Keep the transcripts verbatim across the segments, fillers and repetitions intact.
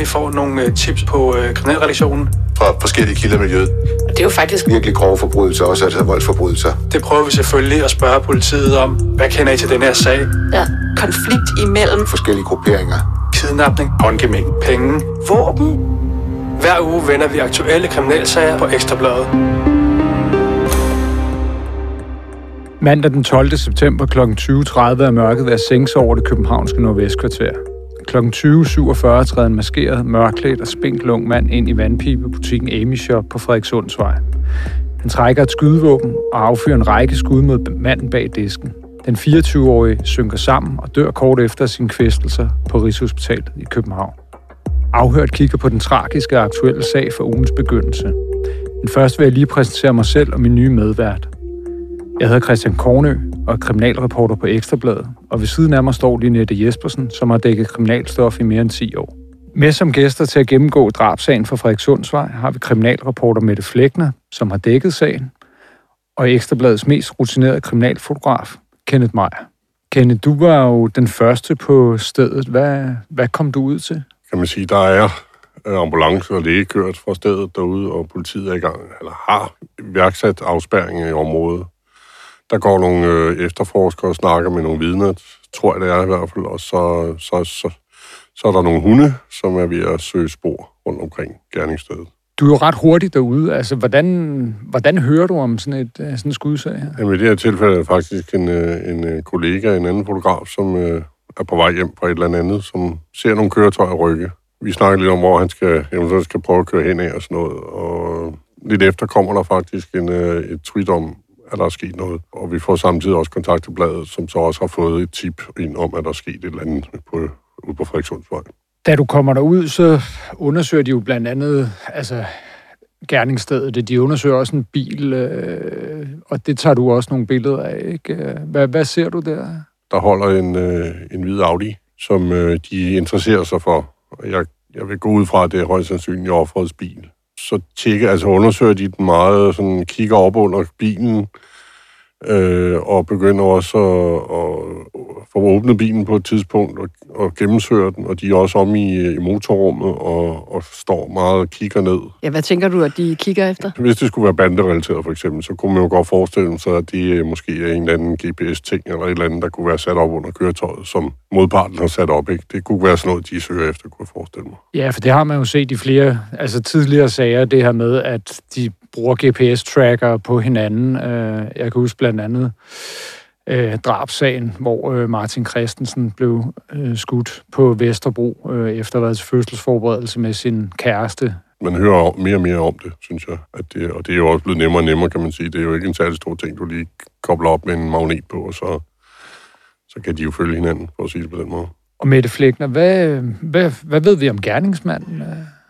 vi får nogle tips på øh, kriminalrelationen fra forskellige kilder i miljøet. Det er jo faktisk virkelig grove forbrydelser, også altså voldsforbrydelser. Det prøver vi selvfølgelig at spørge politiet om. Hvad kender I til den her sag? Ja, konflikt imellem forskellige grupperinger. Kidnapning, håndgemæng, penge, våben. Hver uge vender vi aktuelle kriminalsager på Ekstra Bladet. Mandag den tolvte september kl. tyve tredive er mørket ved at sænke sig over det københavnske nordvestkvarter. kl. tyve syvogfyrre træder en maskeret, mørklædt og spinklung mand ind i vandpibebutikken Amy Shop på Frederikssundsvej. Han trækker et skydevåben og affyrer en række skud mod manden bag disken. Den fireogtyve-årige synker sammen og dør kort efter sine kvæstelser på Rigshospitalet i København. Afhørt kigger på den tragiske og aktuelle sag for ugens begyndelse. Men først vil jeg lige præsentere mig selv og min nye medvært. Jeg hedder Christian Kornø og er kriminalreporter på Ekstra Bladet, og ved siden af mig står Linette Jespersen, som har dækket kriminalstof i mere end ti år. Med som gæster til at gennemgå drabssagen fra Frederikssundsvej har vi kriminalreporter Mette Fleckner, som har dækket sagen, og Ekstra Bladets mest rutinerede kriminalfotograf, Kenneth Meyer. Kenneth, du var jo den første på stedet. Hvad, hvad kom du ud til? Kan man sige, der er ambulance og læge kørt fra stedet derude, og politiet er i gang, eller har iværksat afspærringer i området. Der går nogle øh, efterforskere og snakker med nogle vidner, tror jeg det er i hvert fald, og så, så, så, så er der nogle hunde, som er ved at søge spor rundt omkring gerningsstedet. Du er jo ret hurtigt derude. Altså, hvordan, hvordan hører du om sådan et sådan en skudsag her? Jamen, i det her tilfælde er det faktisk en, en kollega, en anden fotograf, som øh, er på vej hjem fra et eller andet, som ser nogle køretøjer rykke. Vi snakker lidt om, hvor han skal, eventuelt skal prøve at køre hen af og sådan noget, og lidt efter kommer der faktisk en, et tweet om, at der er sket noget. Og vi får samtidig også kontakt til bladet, som så også har fået et tip ind om, at der er sket et eller andet på, ude på Frederikssundsvej. Da du kommer derud, så undersøger de jo blandt andet altså, gerningsstedet. De undersøger også en bil, øh, og det tager du også nogle billeder af, ikke? Hvad, hvad ser du der? Der holder en, øh, en hvid Audi, som øh, de interesserer sig for. Jeg, jeg vil gå ud fra, at det er højst sandsynligt offerets bil. Så tjekker, altså undersøger de den meget, sådan kigger op under bilen, øh, og begynder også at, at få åbnet bilen på et tidspunkt og, og gennemsøger den, og de er også om i, i motorrummet og, og står meget og kigger ned. Ja, hvad tænker du, at de kigger efter? Hvis det skulle være banderelateret for eksempel, så kunne man jo godt forestille sig, at det måske er en eller anden G P S-ting eller et eller andet, der kunne være sat op under køretøjet, som modparten har sat op, ikke? Det kunne være sådan noget, de søger efter, kunne jeg forestille mig. Ja, for det har man jo set i flere altså tidligere sager, det her med, at de bruger G P S-tracker på hinanden. Jeg kan huske blandt andet øh, drabssagen, hvor øh, Martin Christensen blev øh, skudt på Vesterbro øh, efter at have været til fødselsforberedelse med sin kæreste. Man hører mere og mere om det, synes jeg. At det, og det er jo også blevet nemmere og nemmere, kan man sige. Det er jo ikke en særlig stor ting, du lige kobler op med en magnet på, og så, så kan de jo følge hinanden, for at sige det på den måde. Og Mette Fleckner, hvad, hvad, hvad ved vi om gerningsmanden?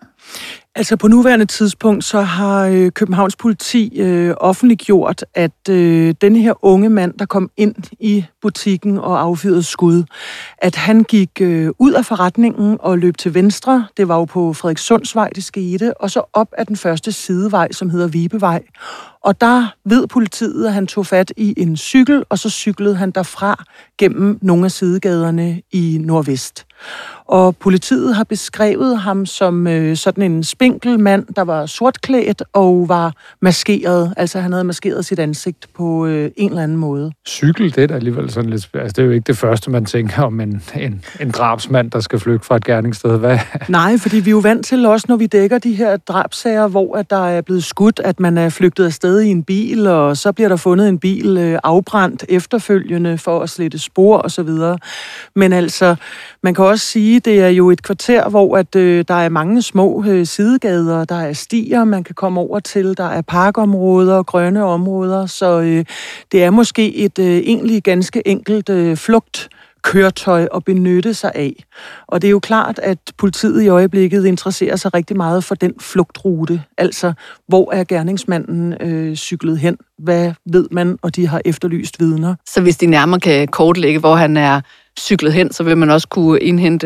Altså på nuværende tidspunkt, så har øh, Københavns politi øh, offentliggjort, at øh, denne her unge mand, der kom ind i butikken og affyrede skud, at han gik øh, ud af forretningen og løb til venstre. Det var jo på Frederikssundsvej, det skete, og så op ad den første sidevej, som hedder Vibevej. Og der ved politiet, at han tog fat i en cykel, og så cyklede han derfra gennem nogle af sidegaderne i nordvest. Og politiet har beskrevet ham som øh, sådan en spinkel mand, der var sortklædt og var maskeret. Altså han havde maskeret sit ansigt på øh, en eller anden måde. Cykel, det er da alligevel sådan lidt... Altså det er jo ikke det første, man tænker om en, en, en drabsmand, der skal flygte fra et gerningssted. Hvad? Nej, fordi vi er jo vant til også, når vi dækker de her drabsager, hvor at der er blevet skudt, at man er flygtet afsted i en bil, og så bliver der fundet en bil øh, afbrændt efterfølgende for at slette spor osv. Men altså, man kan også sige, det er jo et kvarter, hvor at, øh, der er mange små øh, sidegader, der er stier, man kan komme over til, der er parkområder og grønne områder, så øh, det er måske et øh, egentlig ganske enkelt øh, flugtkøretøj at benytte sig af. Og det er jo klart, at politiet i øjeblikket interesserer sig rigtig meget for den flugtrute, altså hvor er gerningsmanden øh, cyklet hen, hvad ved man, og de har efterlyst vidner. Så hvis de nærmere kan kortlægge, hvor han er cyklet hen, så vil man også kunne indhente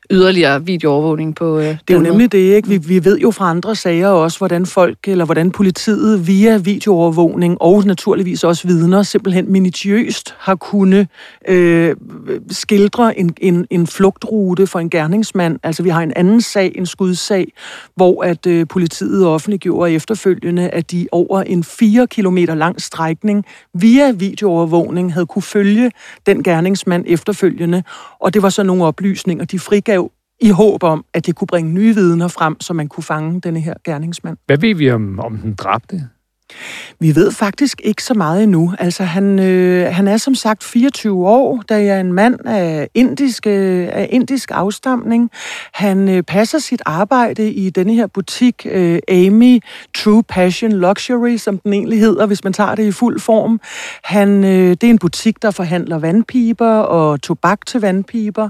yderligere videoovervågning på øh, Det er jo nemlig det, ikke? Vi, vi ved jo fra andre sager også, hvordan folk, eller hvordan politiet via videoovervågning og naturligvis også vidner, simpelthen minutiøst har kunnet øh, skildre en, en, en flugtrute for en gerningsmand. Altså vi har en anden sag, en skudsag, hvor at øh, politiet offentliggjorde efterfølgende, at de over en fire kilometer lang strækning via videoovervågning havde kunne følge den gerningsmand efterfølgende, og det var så nogle oplysninger, de frigav i håb om, at det kunne bringe nye vidner frem, så man kunne fange denne her gerningsmand. Hvad ved vi om, om den dræbte? Vi ved faktisk ikke så meget endnu. Altså, han, øh, han er som sagt fireogtyve år, der er en mand af indisk, øh, af indisk afstamning. Han øh, passer sit arbejde i denne her butik, øh, Amy True Passion Luxury, som den egentlig hedder, hvis man tager det i fuld form. Han, øh, det er en butik, der forhandler vandpiber og tobak til vandpiber.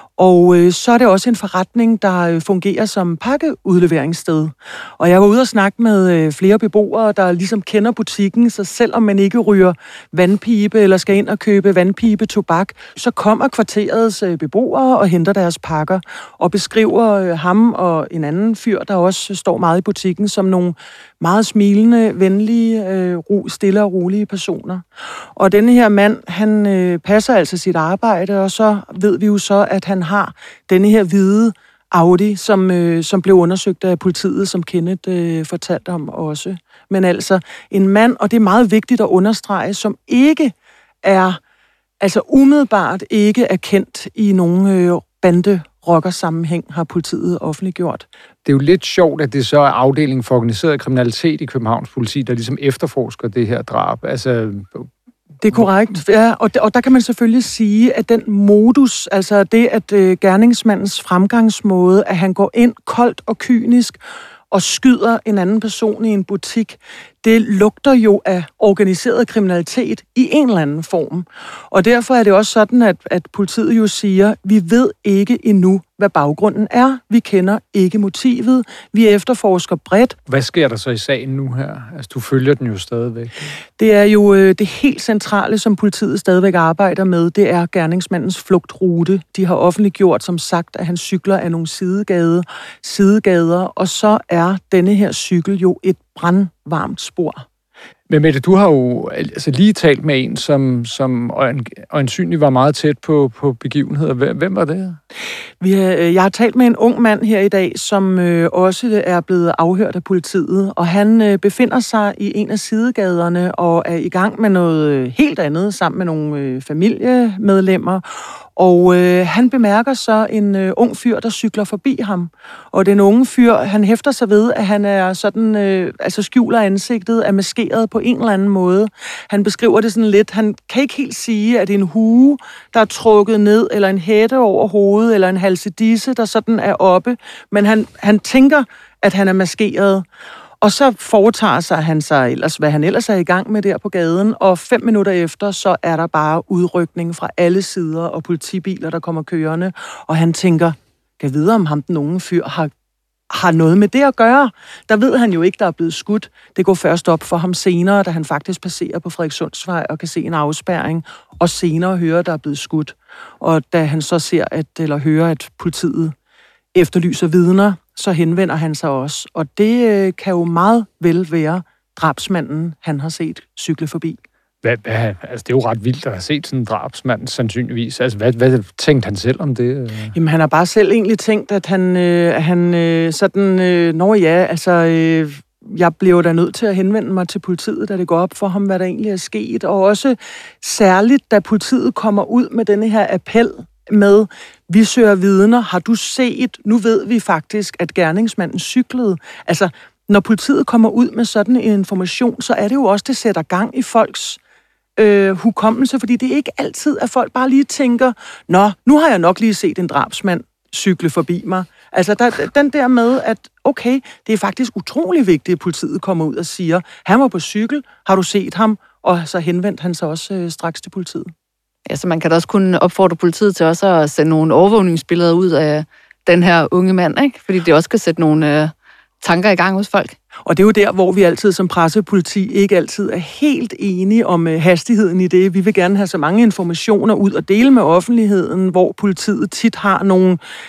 Og øh, så er det også en forretning, der øh, fungerer som pakkeudleveringssted. Og jeg var ude og snakke med øh, flere beboere, der ligesom kender butikken, så selvom man ikke ryger vandpibe eller skal ind og købe vandpibe tobak, så kommer kvarterets øh, beboere og henter deres pakker og beskriver øh, ham og en anden fyr, der også står meget i butikken, som nogle meget smilende, venlige, øh, ro, stille og rolige personer. Og denne her mand, han øh, passer altså sit arbejde, og så ved vi jo så, at han har denne her hvide Audi, som, øh, som blev undersøgt af politiet, som Kenneth øh, fortalte om også. Men altså en mand, og det er meget vigtigt at understrege, som ikke er, altså umiddelbart ikke er kendt i nogen øh, bande rockersammenhæng, har politiet offentliggjort. Det er jo lidt sjovt, at det så er afdelingen for organiseret kriminalitet i Københavns politi, der ligesom efterforsker det her drab. Altså det er korrekt, ja, og, der, og der kan man selvfølgelig sige, at den modus, altså det, at øh, gerningsmandens fremgangsmåde, at han går ind koldt og kynisk og skyder en anden person i en butik, det lugter jo af organiseret kriminalitet i en eller anden form. Og derfor er det også sådan, at, at politiet jo siger, vi ved ikke endnu, hvad baggrunden er. Vi kender ikke motivet. Vi efterforsker bredt. Hvad sker der så i sagen nu her? Altså, du følger den jo stadigvæk. Det er jo øh, det helt centrale, som politiet stadigvæk arbejder med. Det er gerningsmandens flugtrute. De har offentliggjort, som sagt, at han cykler af nogle sidegade, sidegader, og så er denne her cykel jo et brandvarmt spor. Men Mette, du har jo altså lige talt med en, som, som øjensynligt var meget tæt på, på begivenheder. Hvem var det? Vi har, jeg har talt med en ung mand her i dag, som øh, også er blevet afhørt af politiet, og han øh, befinder sig i en af sidegaderne og er i gang med noget helt andet sammen med nogle øh, familiemedlemmer. Og øh, han bemærker så en øh, ung fyr, der cykler forbi ham. Og den unge fyr, han hæfter sig ved, at han er sådan, øh, altså skjuler ansigtet, er maskeret på en eller anden måde. Han beskriver det sådan lidt, han kan ikke helt sige, at det er en hue, der er trukket ned, eller en hætte over hovedet, eller en halsedisse, der sådan er oppe. Men han, han tænker, at han er maskeret. Og så foretager sig han sig ellers, hvad han ellers er i gang med der på gaden, og fem minutter efter, så er der bare udrykning fra alle sider og politibiler, der kommer kørende, og han tænker, kan jeg vide, om ham den unge fyr har, har noget med det at gøre? Der ved han jo ikke, der er blevet skudt. Det går først op for ham senere, da han faktisk passerer på Frederikssundsvej og kan se en afspærring, og senere hører, der er blevet skudt. Og da han så ser, at, eller hører, at politiet efterlyser vidner, så henvender han sig også. Og det øh, kan jo meget vel være drabsmanden, han har set cykle forbi. Hvad, hvad, altså, det er jo ret vildt at have set sådan en drabsmand, sandsynligvis. Altså, hvad, hvad tænkte han selv om det? Jamen, han har bare selv egentlig tænkt, at han, øh, han øh, sådan, øh, nå ja, altså, øh, jeg blev da nødt til at henvende mig til politiet, da det går op for ham, hvad der egentlig er sket. Og også særligt, da politiet kommer ud med denne her appel med, vi søger vidner, har du set, nu ved vi faktisk, at gerningsmanden cyklede. Altså, når politiet kommer ud med sådan en information, så er det jo også, det sætter gang i folks øh, hukommelse, fordi det er ikke altid, at folk bare lige tænker, nå, nu har jeg nok lige set en drabsmand cykle forbi mig. Altså, der, den der med, at okay, det er faktisk utrolig vigtigt, at politiet kommer ud og siger, han var på cykel, har du set ham? Og så henvendte han sig også øh, straks til politiet. Ja, så man kan da også kunne opfordre politiet til også at sende nogle overvågningsbilleder ud af den her unge mand, ikke? Fordi det også kan sætte nogle øh, tanker i gang hos folk. Og det er jo der, hvor vi altid som pressepoliti ikke altid er helt enige om øh, hastigheden i det. Vi vil gerne have så mange informationer ud og dele med offentligheden, hvor politiet tit har nogle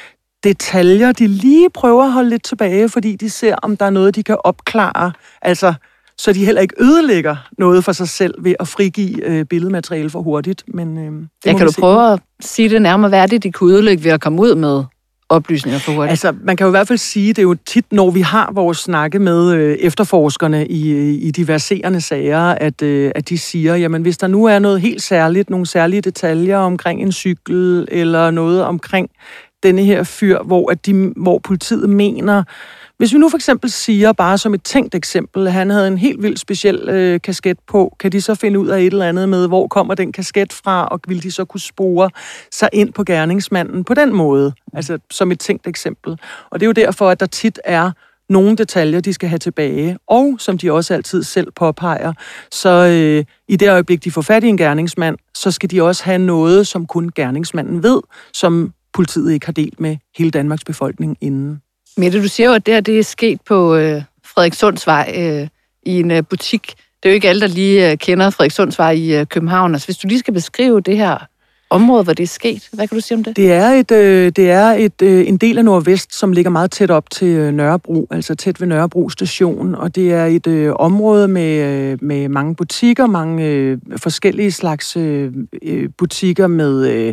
detaljer, de lige prøver at holde lidt tilbage, fordi de ser, om der er noget, de kan opklare. Altså, så de heller ikke ødelægger noget for sig selv ved at frigive øh, billedmateriale for hurtigt. Men, øh, det ja, kan du se. prøve at sige det nærmere, hvad er det, de kunne ødelægge ved at komme ud med oplysninger for hurtigt? Altså, man kan jo i hvert fald sige, det er jo tit, når vi har vores snakke med øh, efterforskerne i, i de verserende sager, at, øh, at de siger, jamen hvis der nu er noget helt særligt, nogle særlige detaljer omkring en cykel, eller noget omkring denne her fyr, hvor, at de, hvor politiet mener, hvis vi nu for eksempel siger, bare som et tænkt eksempel, at han havde en helt vildt speciel øh, kasket på, kan de så finde ud af et eller andet med, hvor kommer den kasket fra, og vil de så kunne spore sig ind på gerningsmanden på den måde, altså som et tænkt eksempel. Og det er jo derfor, at der tit er nogle detaljer, de skal have tilbage, og som de også altid selv påpeger, så øh, i det øjeblik, de får fat i en gerningsmand, så skal de også have noget, som kun gerningsmanden ved, som politiet ikke har delt med hele Danmarks befolkning inden. Mette, du siger jo, at det her det er sket på øh, Frederikssundsvej øh, i en øh, butik. Det er jo ikke alle, der lige øh, kender Frederikssundsvej i øh, København. Altså, hvis du lige skal beskrive det her område, hvor det er sket, hvad kan du sige om det? Det er, et, øh, det er et, øh, en del af Nordvest, som ligger meget tæt op til øh, Nørrebro, altså tæt ved Nørrebro station, og det er et øh, område med, øh, med mange butikker, mange øh, forskellige slags øh, butikker med Øh,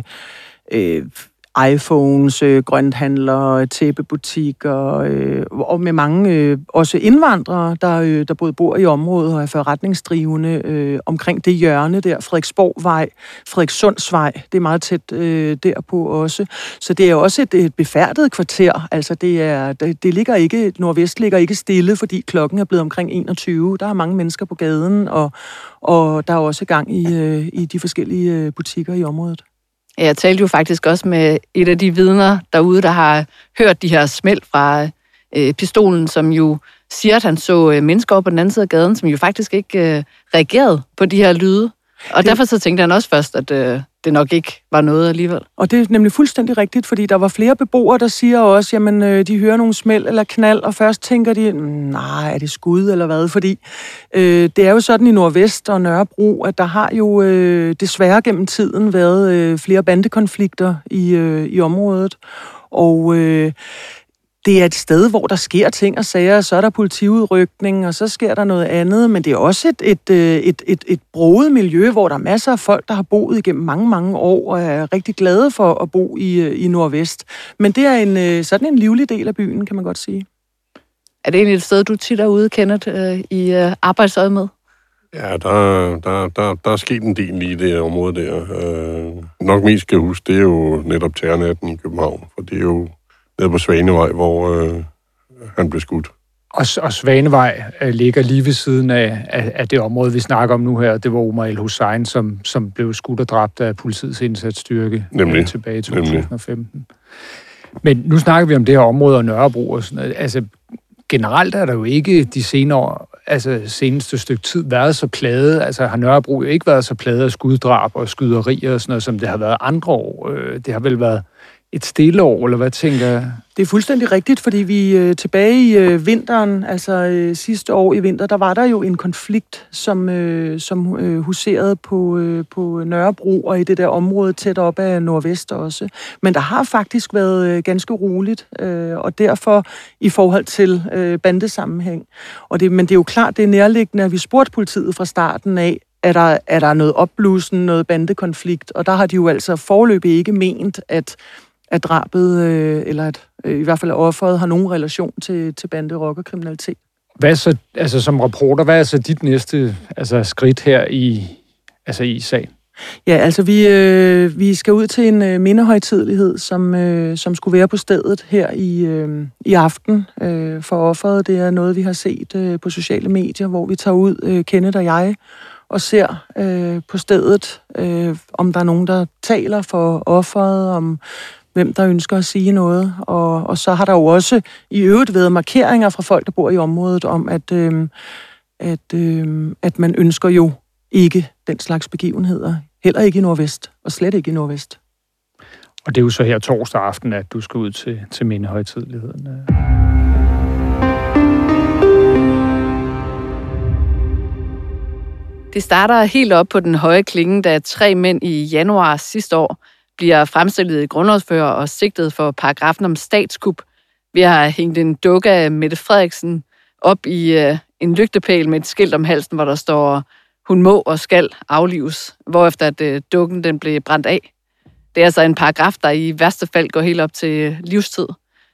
øh, iPhones, øh, grønthandlere, tæppebutikker, øh, og med mange øh, også indvandrere, der, øh, der både bor i området og er forretningsdrivende øh, omkring det hjørne der, Frederiksborgvej, Frederikssundsvej, det er meget tæt øh, derpå også. Så det er også et, et befærdet kvarter, altså det, er, det, det ligger ikke, Nordvest ligger ikke stille, fordi klokken er blevet omkring enogtyve. Der er mange mennesker på gaden, og, og der er også gang i, øh, i de forskellige butikker i området. Jeg talte jo faktisk også med et af de vidner derude, der har hørt de her smæld fra øh, pistolen, som jo siger, at han så øh, mennesker over på den anden side af gaden, som jo faktisk ikke øh, reagerede på de her lyde. Og det... derfor så tænkte han også først, at øh, det nok ikke var noget alligevel. Og det er nemlig fuldstændig rigtigt, fordi der var flere beboere, der siger også, jamen øh, de hører nogle smæld eller knald, og først tænker de, nej, er det skud eller hvad? Fordi øh, det er jo sådan i Nordvest og Nørrebro, at der har jo øh, desværre gennem tiden været øh, flere bandekonflikter i, øh, i området. Og øh, det er et sted, hvor der sker ting og sager, så er der politiudrykning, og så sker der noget andet, men det er også et, et, et, et, et broget miljø, hvor der er masser af folk, der har boet igennem mange, mange år, og er rigtig glade for at bo i, i Nordvest. Men det er en, sådan en livlig del af byen, kan man godt sige. Er det egentlig et sted, du tit er ude, Kenneth, i arbejdsøjet med? Ja, der, der, der, der er sket en del i det område der. Øh, nok mest skal jeg huske, det er jo netop terrornatten i København, for det er jo nede på Svanevej, hvor øh, han blev skudt. Og, og Svanevej øh, ligger lige ved siden af, af, af det område, vi snakker om nu her. Det var Omar El Hussein, som, som blev skudt og dræbt af politiets indsatsstyrke øh, tilbage i to tusind og femten. Nemlig. Men nu snakker vi om det her område og Nørrebro og sådan noget. Altså, generelt er der jo ikke de senere, altså seneste stykke tid været så plaget. Altså har Nørrebro jo ikke været så plaget af skuddrab og skyderier og sådan noget, som det har været andre år. Det har vel været et stille år, eller hvad tænker jeg? Det er fuldstændig rigtigt, fordi vi øh, tilbage i øh, vinteren, altså øh, sidste år i vinter, der var der jo en konflikt, som, øh, som øh, huserede på, øh, på Nørrebro og i det der område tæt op af Nordvest også. Men der har faktisk været øh, ganske roligt, øh, og derfor i forhold til øh, bandesammenhæng. Og det, men det er jo klart, det er nærliggende, at vi spurgte politiet fra starten af, er der, er der noget opblussen, noget bandekonflikt, og der har de jo altså foreløbig ikke ment, at at drabet, øh, eller at øh, i hvert fald offeret, har nogen relation til, til bande-rocker-kriminalitet. Hvad så, altså som reporter, hvad er så dit næste altså, skridt her i, altså i sagen? Ja, altså vi, øh, vi skal ud til en øh, mindehøjtidelighed, som, øh, som skulle være på stedet her i, øh, i aften øh, for offeret. Det er noget, vi har set øh, på sociale medier, hvor vi tager ud, øh, Kenneth og jeg, og ser øh, på stedet, øh, om der er nogen, der taler for offeret, om hvem der ønsker at sige noget. Og, og så har der jo også i øvrigt været markeringer fra folk, der bor i området, om at, øh, at, øh, at man ønsker jo ikke den slags begivenheder. Heller ikke i Nordvest, og slet ikke i Nordvest. Og det er jo så her torsdag aften, at du skal ud til, til mindehøjtideligheden. Det starter helt op på den høje klinge, da tre mænd i januar sidste år bliver fremstillet i grundlovsfører og sigtet for paragrafen om statskup. Vi har hængt en dukke af Mette Frederiksen op i øh, en lygtepæl med et skilt om halsen, hvor der står, hun må og skal aflives, hvorefter at øh, dukken den blev brændt af. Det er altså en paragraf, der i værste fald går helt op til livstid.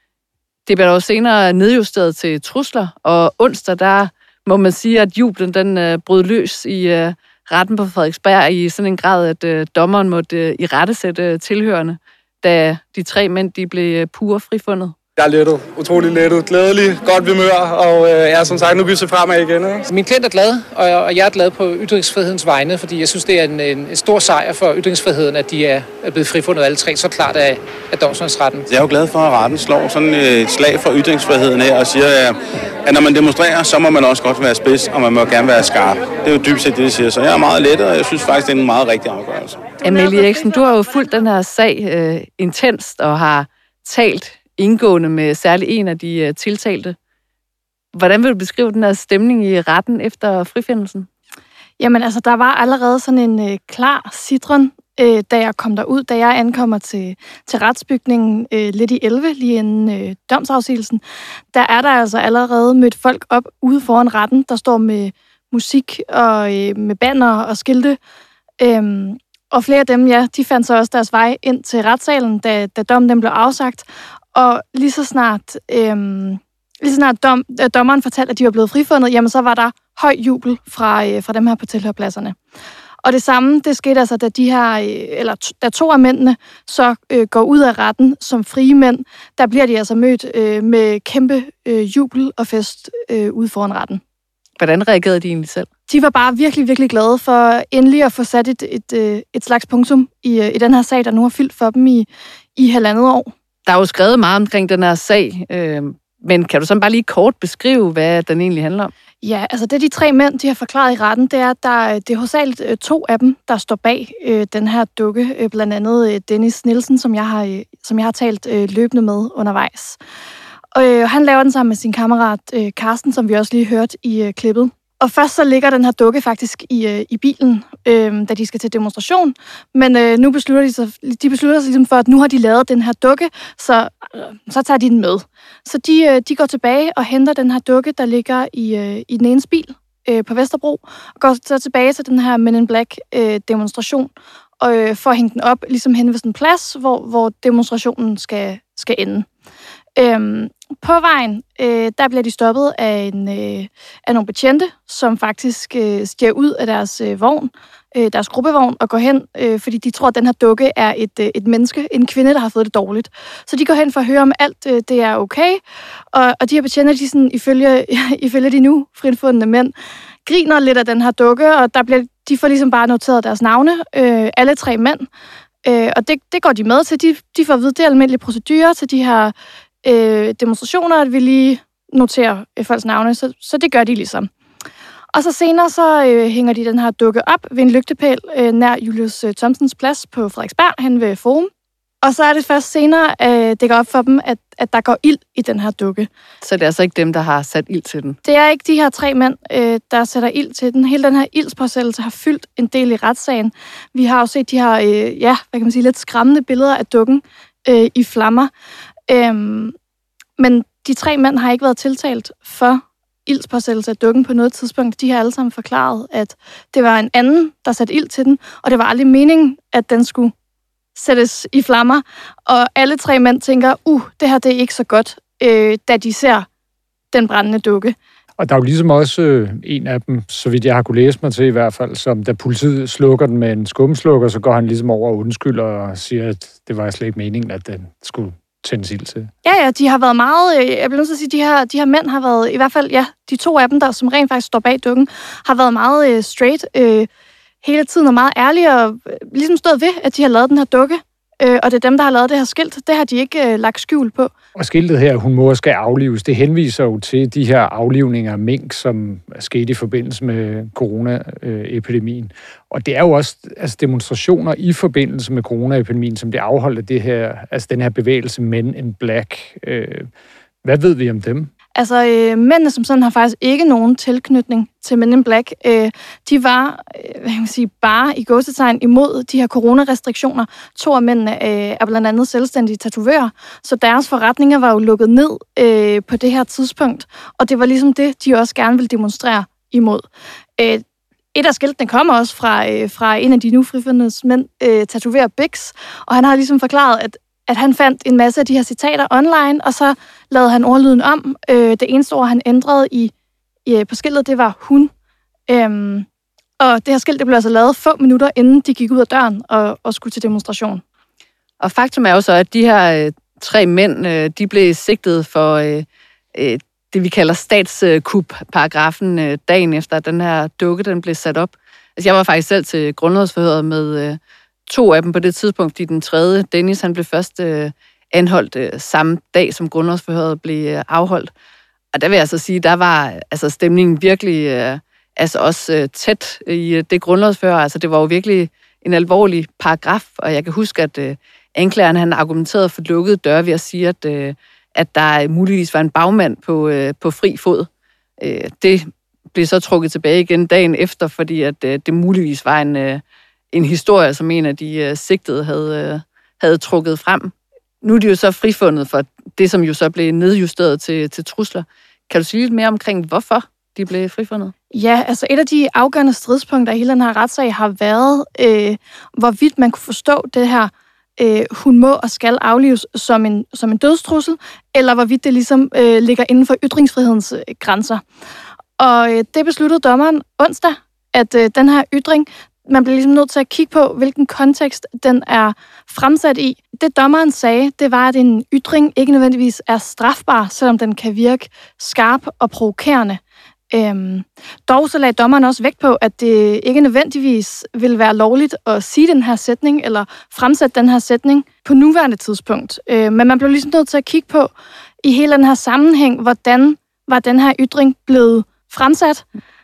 Det bliver dog senere nedjusteret til trusler, og onsdag, der må man sige, at jublen den øh, brød løs i øh, retten på Frederiksberg i sådan en grad, at øh, dommeren måtte øh, irettesætte øh, tilhørende, da de tre mænd de blev øh, pure frifundet. Jeg er lettet, utrolig lettet, glædelig, godt humør, og øh, ja, som sagt, nu kan vi se fremad igen. Ikke? Min klient er glad, og jeg er glad på ytringsfrihedens vegne, fordi jeg synes, det er en, en, en stor sejr for ytringsfriheden, at de er blevet frifundet alle tre, så klart af, af domstolsretten. Jeg er jo glad for, at retten slår sådan et slag for ytringsfriheden her og siger, at når man demonstrerer, så må man også godt være spids, og man må gerne være skarp. Det er jo dybt set det, de siger. Så jeg er meget lettet, og jeg synes faktisk, det er en meget rigtig afgørelse. Amelie Eriksen, du har jo fulgt den her sag øh, intenst og har talt indgående med særlig en af de uh, tiltalte. Hvordan vil du beskrive den her stemning i retten efter frifindelsen? Jamen altså, der var allerede sådan en øh, klar sidren, øh, da jeg kom derud, da jeg ankommer til, til retsbygningen øh, lidt i elleve, lige inden øh, domsafsigelsen. Der er der altså allerede mødt folk op ude foran retten, der står med musik og øh, med banner og skilte. Øhm, og flere af dem, ja, de fandt så også deres vej ind til retssalen, da, da dommen den blev afsagt. Og lige så snart, øhm, lige så snart dom, øh, dommeren fortalte, at de var blevet frifundet, jamen så var der høj jubel fra, øh, fra dem her på tilhørpladserne. Og det samme, det skete altså, da de her, øh, eller t- da to af mændene så øh, går ud af retten som frie mænd, der bliver de altså mødt øh, med kæmpe øh, jubel og fest øh, ude foran retten. Hvordan reagerede de egentlig selv? De var bare virkelig, virkelig glade for endelig at få sat et, et, et, et slags punktum i, i den her sag, der nu har fyldt for dem i, i halvandet år. Der er jo skrevet meget omkring den her sag, øh, men kan du så bare lige kort beskrive, hvad den egentlig handler om? Ja, altså det de tre mænd, de har forklaret i retten, det er, at der, det er hovedsageligt øh, to af dem, der står bag øh, den her dukke. Øh, blandt andet øh, Dennis Nielsen, som jeg har, øh, som jeg har talt øh, løbende med undervejs. Og øh, han laver den sammen med sin kammerat øh, Carsten, som vi også lige hørte i øh, klippet. Og først så ligger den her dukke faktisk i, øh, i bilen, øh, da de skal til demonstration. Men øh, nu beslutter de sig, de beslutter sig ligesom for, at nu har de lavet den her dukke, så, øh, så tager de den med. Så de, øh, de går tilbage og henter den her dukke, der ligger i, øh, i den ene bil øh, på Vesterbro, og går så tilbage til den her Men in Black øh, demonstration, og øh, får hængt den op ligesom hen ved sådan en plads, hvor, hvor demonstrationen skal, skal ende. Øhm, på vejen, øh, der bliver de stoppet af, en, øh, af nogle betjente, som faktisk øh, stiger ud af deres øh, vogn, øh, deres gruppevogn, og går hen, øh, fordi de tror, at den her dukke er et, øh, et menneske, en kvinde, der har fået det dårligt. Så de går hen for at høre, om alt øh, det er okay, og, og de her betjente, de sådan, ifølge, ifølge de nu frifundne mænd, griner lidt af den her dukke, og der bliver, de får ligesom bare noteret deres navne, øh, alle tre mænd, øh, og det, det går de med til. De, de får at vide, det er almindelige procedurer til de her Øh, demonstrationer, at vi lige noterer øh, folks navne, så, så det gør de ligesom. Og så senere så øh, hænger de den her dukke op ved en lygtepæl øh, nær Julius øh, Thomsens plads på Frederiksberg, hen ved Forum. Og så er det først senere, øh, det går op for dem, at, at der går ild i den her dukke. Så det er altså ikke dem, der har sat ild til den? Det er ikke de her tre mænd, øh, der sætter ild til den. Hele den her ildspåsættelse har fyldt en del i retssagen. Vi har jo set de her, øh, ja, hvad kan man sige, lidt skræmmende billeder af dukken øh, i flammer. Øhm, men de tre mænd har ikke været tiltalt for ildspåsættelse af dukken på noget tidspunkt. De har alle sammen forklaret, at det var en anden, der satte ild til den, og det var aldrig meningen, at den skulle sættes i flammer. Og alle tre mænd tænker, uh, det her det er ikke så godt, øh, da de ser den brændende dukke. Og der er jo ligesom også øh, en af dem, så vidt jeg har kunne læse mig til i hvert fald, som da politiet slukker den med en skumslukker, så går han ligesom over og undskylder og siger, at det var slet ikke meningen, at den skulle tændes ild til. Ja, ja, de har været meget, jeg bliver nødt til at sige, de her, de her mænd har været, i hvert fald, ja, de to af dem, der som rent faktisk står bag dukken, har været meget øh, straight øh, hele tiden og meget ærlige og øh, ligesom stået ved, at de har lavet den her dukke. Øh, og det er dem, der har lavet det her skilt. Det har de ikke øh, lagt skjul på. Og skiltet her, hun må skal aflives, det henviser jo til de her aflivninger af mink, som er sket i forbindelse med coronaepidemien. Og det er jo også altså, demonstrationer i forbindelse med coronaepidemien, som det afholdt af det her, altså den her bevægelse Men in Black. Øh, hvad ved vi om dem? Altså, øh, mændene som sådan har faktisk ikke nogen tilknytning til Men in Black. Øh, de var, øh, hvad kan man sige, bare i gåsetegn imod de her coronarestriktioner. To af mændene øh, er blandt andet selvstændige tatovører, så deres forretninger var jo lukket ned øh, på det her tidspunkt, og det var ligesom det, de også gerne ville demonstrere imod. Øh, Et af skiltene kommer også fra, øh, fra en af de nu frifundnes mænd, øh, tatoverer Bix, og han har ligesom forklaret, at, at han fandt en masse af de her citater online, og så lavede han ordlyden om. Øh, det eneste ord, han ændrede i, i, på skiltet, det var hun. Øhm, og det her skilt det blev altså lavet få minutter, inden de gik ud af døren og, og skulle til demonstration. Og faktum er jo så, at de her øh, tre mænd, øh, de blev sigtet for øh, øh, det, vi kalder statskup-paragrafen, øh, dagen efter, at den her dukke den blev sat op. Altså, jeg var faktisk selv til grundlovsforhøret med øh, to af dem på det tidspunkt, fordi den tredje, Dennis, han blev først øh, anholdt øh, samme dag, som grundlovsforhøret blev øh, afholdt. Og der vil jeg altså sige, der var altså, stemningen virkelig øh, altså også øh, tæt i øh, det grundlovsforhør. Altså, det var jo virkelig en alvorlig paragraf, og jeg kan huske, at øh, anklageren han argumenterede for lukkede døre ved at sige, at, øh, at der muligvis var en bagmand på, øh, på fri fod. Øh, det blev så trukket tilbage igen dagen efter, fordi at, øh, det muligvis var en, øh, en historie, som en af de øh, sigtede havde, øh, havde trukket frem. Nu er de jo så frifundet for det, som jo så blev nedjusteret til, til trusler. Kan du sige lidt mere omkring, hvorfor de blev frifundet? Ja, altså et af de afgørende stridspunkter i hele den her retssag har været, øh, hvorvidt man kunne forstå det her, øh, hun må og skal aflives som en, som en dødstrussel, eller hvorvidt det ligesom øh, ligger inden for ytringsfrihedens øh, grænser. Og øh, det besluttede dommeren onsdag, at øh, den her ytring, man bliver ligesom nødt til at kigge på, hvilken kontekst den er fremsat i. Det dommeren sagde, det var, at en ytring ikke nødvendigvis er strafbar, selvom den kan virke skarp og provokerende. Øhm, dog så lagde dommeren også vægt på, at det ikke nødvendigvis vil være lovligt at sige den her sætning, eller fremsætte den her sætning på nuværende tidspunkt. Øh, men man blev ligesom nødt til at kigge på, i hele den her sammenhæng, hvordan var den her ytring blevet fremsat.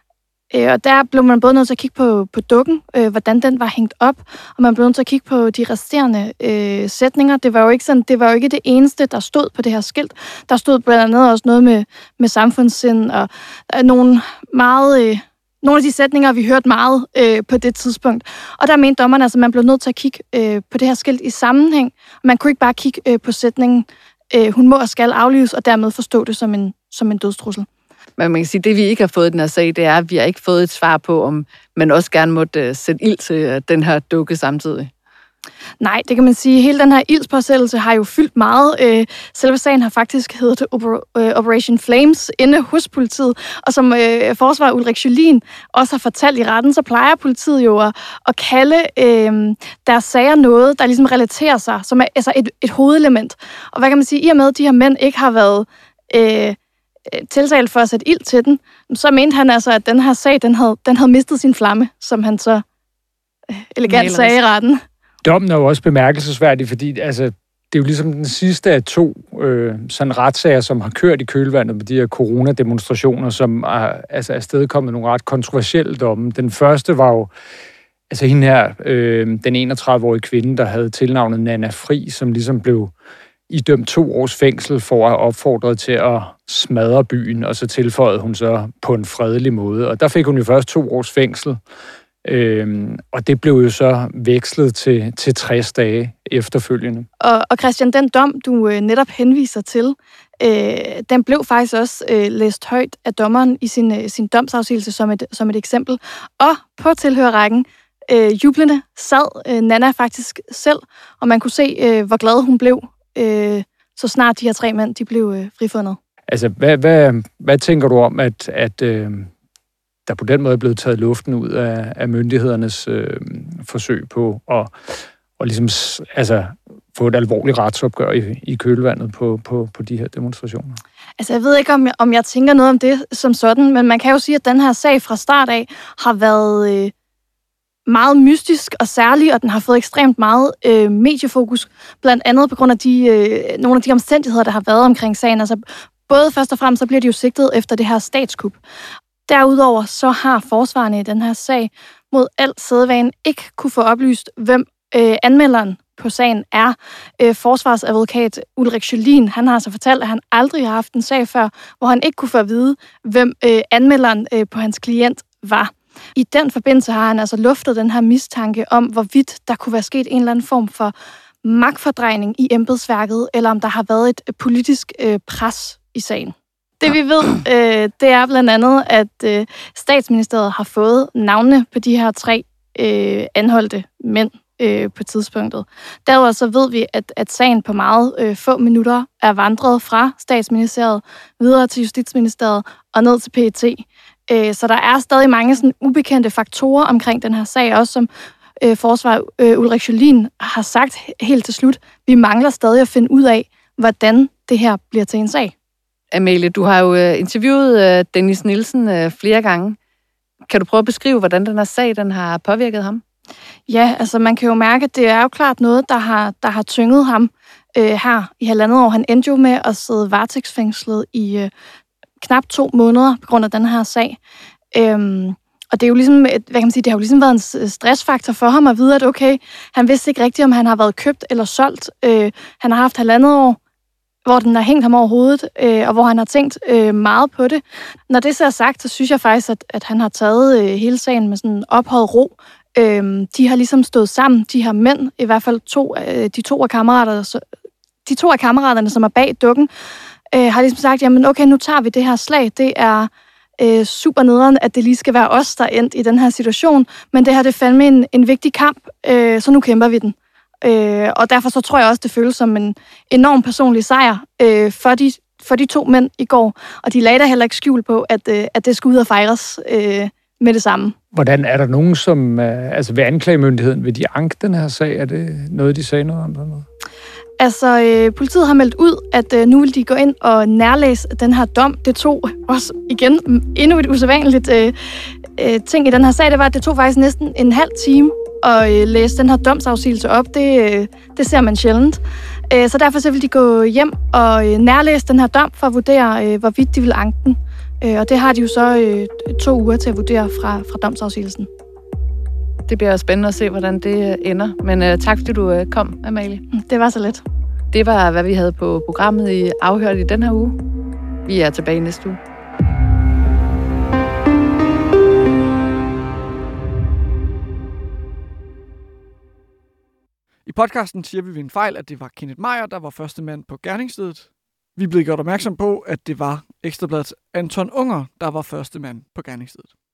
Øh, og der blev man både nødt til at kigge på, på dukken, øh, hvordan den var hængt op, og man blev nødt til at kigge på de resterende øh, sætninger. Det var, jo ikke sådan, det var jo ikke det eneste, der stod på det her skilt. Der stod blandt andet også noget med, med samfundssind, og øh, nogle, meget, øh, nogle af de sætninger, vi hørte meget øh, på det tidspunkt. Og der mente dommerne, altså, at man blev nødt til at kigge øh, på det her skilt i sammenhæng. Man kunne ikke bare kigge øh, på sætningen, øh, hun må og skal aflives, og dermed forstå det som en, som en dødstrussel. Men man kan sige, at det vi ikke har fået i den her sag, det er, at vi har ikke fået et svar på, om man også gerne måtte uh, sætte ild til uh, den her dukke samtidig. Nej, det kan man sige. Hele den her ildspåsættelse har jo fyldt meget. Øh, selve sagen har faktisk heddet Oper- øh, Operation Flames inde hos politiet. Og som øh, forsvarer Ulrik Jolin også har fortalt i retten, så plejer politiet jo at, at kalde øh, deres sager noget, der ligesom relaterer sig, som er altså et, et hovedelement. Og hvad kan man sige? I og med, at de her mænd ikke har været Øh, tiltalt for at sætte ild til den, så mente han altså, at den her sag, den havde, den havde mistet sin flamme, som han så elegant sagde i retten. Dommen er jo også bemærkelsesværdig, fordi altså, det er jo ligesom den sidste af to øh, sådan retssager, som har kørt i kølvandet med de her coronademonstrationer, som er altså, afstedkommet nogle ret kontroversielle domme. Den første var jo altså hende her, øh, den enogtredive-årige kvinde, der havde tilnavnet Nana Fri, som ligesom blev idømt to års fængsel for at have opfordret til at smadre byen, og så tilføjede hun så på en fredelig måde. Og der fik hun jo først to års fængsel, øhm, og det blev jo så vekslet til, til tres dage efterfølgende. Og, og Christian, den dom, du øh, netop henviser til, øh, den blev faktisk også øh, læst højt af dommeren i sin, øh, sin domsafsigelse som et, som et eksempel. Og på tilhørerrækken, øh, jublende, sad øh, Nana faktisk selv, og man kunne se, øh, hvor glad hun blev, Øh, så snart de her tre mænd, de blev øh, frifundet. Altså, hvad, hvad, hvad tænker du om, at, at øh, der på den måde er blevet taget luften ud af, af myndighedernes øh, forsøg på at og ligesom, altså, få et alvorligt retsopgør i, i kølvandet på, på, på de her demonstrationer? Altså, jeg ved ikke, om jeg, om jeg tænker noget om det som sådan, men man kan jo sige, at den her sag fra start af har været Øh, meget mystisk og særlig, og den har fået ekstremt meget øh, mediefokus, blandt andet på grund af de, øh, nogle af de omstændigheder, der har været omkring sagen. Altså, både først og fremmest, så bliver de jo sigtet efter det her statskup. Derudover så har forsvarerne i den her sag mod al sædvane ikke kunne få oplyst, hvem øh, anmelderen på sagen er øh, forsvarsadvokat Ulrik Sjølin. Han har altså fortalt, at han aldrig har haft en sag før, hvor han ikke kunne få at vide, hvem øh, anmelderen øh, på hans klient var. I den forbindelse har han altså luftet den her mistanke om, hvorvidt der kunne være sket en eller anden form for magtfordrejning i embedsværket, eller om der har været et politisk øh, pres i sagen. Det vi ved, øh, det er blandt andet, at øh, statsministeriet har fået navnene på de her tre øh, anholdte mænd øh, på tidspunktet. Derudover så ved vi, at, at sagen på meget øh, få minutter er vandret fra statsministeriet videre til Justitsministeriet og ned til P E T. Øh, så der er stadig mange sådan, ubekendte faktorer omkring den her sag, også som øh, forsvar øh, Ulrik Sjølin har sagt helt til slut. Vi mangler stadig at finde ud af, hvordan det her bliver til en sag. Amalie, du har jo interviewet Dennis Nielsen flere gange. Kan du prøve at beskrive, hvordan den her sag den har påvirket ham? Ja, altså man kan jo mærke, at det er jo klart noget, der har, der har tynget ham øh, her i halvandet år. Han endte jo med at sidde varetægtsfængslet i øh, knap to måneder på grund af den her sag. Øhm, og det er jo ligesom, hvad kan man sige, det har jo ligesom været en stressfaktor for ham at vide, at okay, han vidste ikke rigtigt, om han har været købt eller solgt. Øh, han har haft halvandet år, hvor den har hængt ham over hovedet, øh, og hvor han har tænkt øh, meget på det. Når det så er sagt, så synes jeg faktisk, at, at han har taget øh, hele sagen med sådan ophøjet ro. Øh, de har ligesom stået sammen, de her mænd, i hvert fald to, øh, de to af kammeraterne, de to af kammeraterne, som er bag dukken, øh, har ligesom sagt, jamen okay, nu tager vi det her slag. Det er øh, super nederen, at det lige skal være os, der er endt i den her situation, men det her det er fandme en, en vigtig kamp, øh, så nu kæmper vi den. Øh, og derfor så tror jeg også, det føles som en enorm personlig sejr øh, for, de, for de to mænd i går. Og de lagde da heller ikke skjul på, at, øh, at det skulle ud og fejres øh, med det samme. Hvordan er der nogen, som øh, altså ved anklagemyndigheden, vil de anke den her sag? Er det noget, de sagde noget om? Eller noget? Altså, øh, politiet har meldt ud, at øh, nu vil de gå ind og nærlæse den her dom. Det tog også igen endnu et usædvanligt øh, øh, ting i den her sag. Det var, at det tog faktisk næsten en halv time at øh, læse den her domsafsigelse op. Det, øh, det ser man sjældent. Øh, så derfor så vil de gå hjem og øh, nærlæse den her dom for at vurdere, øh, hvorvidt de vil anke den. Øh, og det har de jo så øh, to uger til at vurdere fra, fra domsafsigelsen. Det bliver spændende at se, hvordan det ender. Men uh, tak, fordi du uh, kom, Amalie. Det var så let. Det var, hvad vi havde på programmet i Afhørt i den her uge. Vi er tilbage næste uge. I podcasten siger vi ved en fejl, at det var Kenneth Meyer, der var første mand på gerningsstedet. Vi blev gjort opmærksom på, at det var Ekstra Bladets Anton Unger, der var første mand på gerningsstedet.